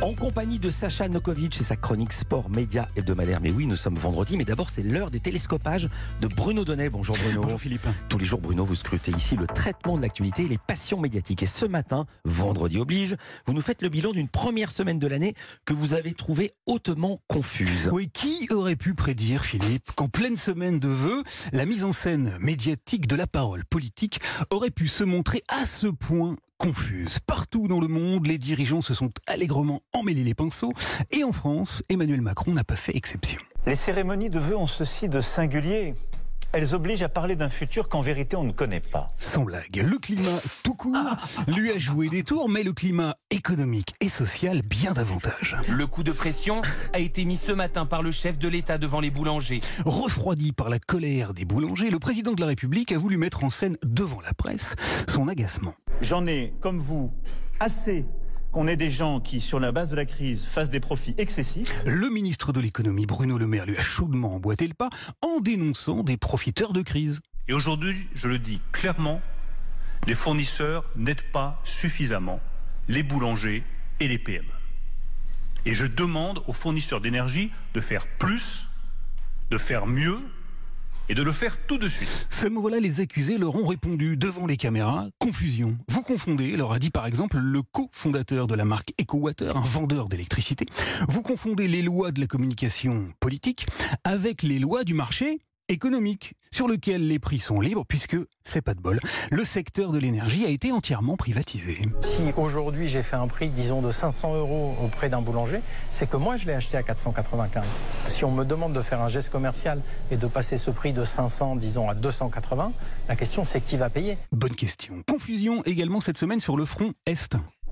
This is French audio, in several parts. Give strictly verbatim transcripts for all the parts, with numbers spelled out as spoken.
En compagnie de Sacha Nokovic et sa chronique sport, médias hebdomadaire. Mais oui, nous sommes vendredi, mais d'abord c'est l'heure des télescopages de Bruno Donnet. Bonjour Bruno. Bonjour Philippe. Tous les jours Bruno, vous scrutez ici le traitement de l'actualité et les passions médiatiques. Et ce matin, vendredi oblige, vous nous faites le bilan d'une première semaine de l'année que vous avez trouvée hautement confuse. Oui, qui aurait pu prédire Philippe qu'en pleine semaine de vœux, la mise en scène médiatique de la parole politique aurait pu se montrer à ce point confuse. Partout dans le monde, les dirigeants se sont allègrement emmêlés les pinceaux et en France, Emmanuel Macron n'a pas fait exception. Les cérémonies de vœux ont ceci de singulier. Elles obligent à parler d'un futur qu'en vérité on ne connaît pas. Sans blague, le climat tout court lui a joué des tours, mais le climat économique et social bien davantage. Le coup de pression a été mis ce matin par le chef de l'État devant les boulangers. Refroidi par la colère des boulangers, le président de la République a voulu mettre en scène devant la presse son agacement. J'en ai, comme vous, assez qu'on ait des gens qui, sur la base de la crise, fassent des profits excessifs. Le ministre de l'économie, Bruno Le Maire, lui a chaudement emboîté le pas en dénonçant des profiteurs de crise. Et aujourd'hui, je le dis clairement, les fournisseurs n'aident pas suffisamment les boulangers et les P M E. Et je demande aux fournisseurs d'énergie de faire plus, de faire mieux, et de le faire tout de suite. Seulement voilà, les accusés leur ont répondu devant les caméras. Confusion. Vous confondez, leur a dit par exemple le cofondateur de la marque EcoWater, un vendeur d'électricité. Vous confondez les lois de la communication politique avec les lois du marché économique, sur lequel les prix sont libres, puisque, c'est pas de bol, le secteur de l'énergie a été entièrement privatisé. Si aujourd'hui j'ai fait un prix, disons, de cinq cents euros auprès d'un boulanger, c'est que moi je l'ai acheté à quatre cent quatre-vingt-quinze. Si on me demande de faire un geste commercial et de passer ce prix de cinq cents, disons, à deux cent quatre-vingts, la question c'est qui va payer ? Bonne question. Confusion également cette semaine sur le front Est.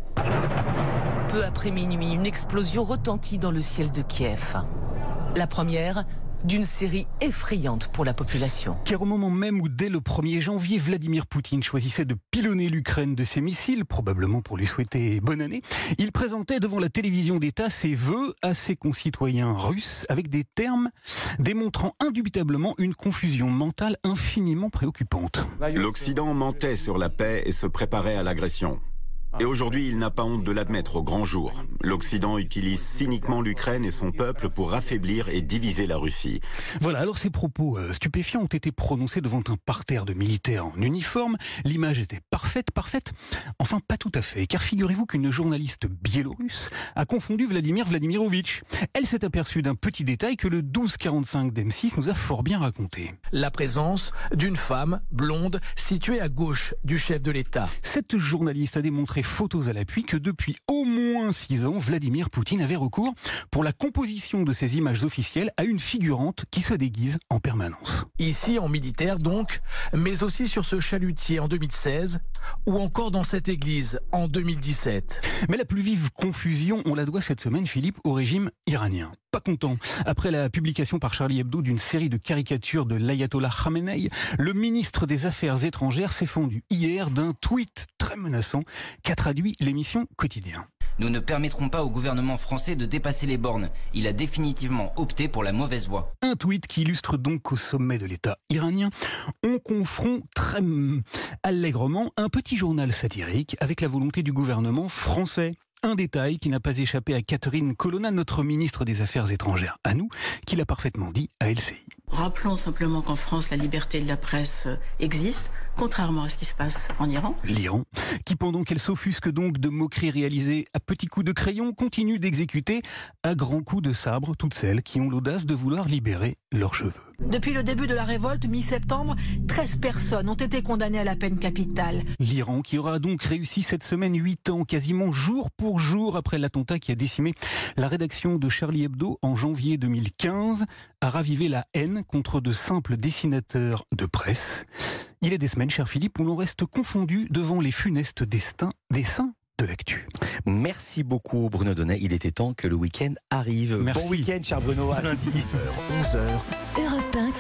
Peu après minuit, une explosion retentit dans le ciel de Kiev. La première d'une série effrayante pour la population. Car au moment même où, dès le premier janvier, Vladimir Poutine choisissait de pilonner l'Ukraine de ses missiles, probablement pour lui souhaiter bonne année, il présentait devant la télévision d'État ses vœux à ses concitoyens russes avec des termes démontrant indubitablement une confusion mentale infiniment préoccupante. L'Occident mentait sur la paix et se préparait à l'agression. Et aujourd'hui, il n'a pas honte de l'admettre au grand jour. L'Occident utilise cyniquement l'Ukraine et son peuple pour affaiblir et diviser la Russie. Voilà, alors ces propos euh, stupéfiants ont été prononcés devant un parterre de militaires en uniforme. L'image était parfaite, parfaite. Enfin, pas tout à fait, car figurez-vous qu'une journaliste biélorusse a confondu Vladimir Vladimirovitch. Elle s'est aperçue d'un petit détail que le douze quarante-cinq d'M six nous a fort bien raconté. La présence d'une femme blonde située à gauche du chef de l'État. Cette journaliste a démontré photos à l'appui que depuis au moins six ans, Vladimir Poutine avait recours pour la composition de ses images officielles à une figurante qui se déguise en permanence. Ici en militaire donc, mais aussi sur ce chalutier en deux mille seize ou encore dans cette église en deux mille dix-sept. Mais la plus vive confusion, on la doit cette semaine, Philippe, au régime iranien. Pas content. Après la publication par Charlie Hebdo d'une série de caricatures de l'ayatollah Khamenei, le ministre des Affaires étrangères s'est fendu hier d'un tweet très menaçant qu'a traduit l'émission Quotidien. Nous ne permettrons pas au gouvernement français de dépasser les bornes. Il a définitivement opté pour la mauvaise voie. Un tweet qui illustre donc qu'au sommet de l'État iranien, on confronte très allègrement un petit journal satirique avec la volonté du gouvernement français. Un détail qui n'a pas échappé à Catherine Colonna, notre ministre des Affaires étrangères, à nous, qui l'a parfaitement dit à L C I. Rappelons simplement qu'en France, la liberté de la presse existe, contrairement à ce qui se passe en Iran. L'Iran, qui pendant qu'elle s'offusque donc de moqueries réalisées à petits coups de crayon, continue d'exécuter à grands coups de sabre toutes celles qui ont l'audace de vouloir libérer leurs cheveux. Depuis le début de la révolte, mi-septembre, treize personnes ont été condamnées à la peine capitale. L'Iran, qui aura donc réussi cette semaine huit ans, quasiment jour pour jour après l'attentat qui a décimé la rédaction de Charlie Hebdo en janvier deux mille quinze, à raviver la haine contre de simples dessinateurs de presse. Il est des semaines, cher Philippe, où l'on reste confondu devant les funestes destins des saints de l'actu. Merci beaucoup Bruno Donnet, il était temps que le week-end arrive. Merci. Bon week-end cher Bruno, à lundi. onze heures. Europe un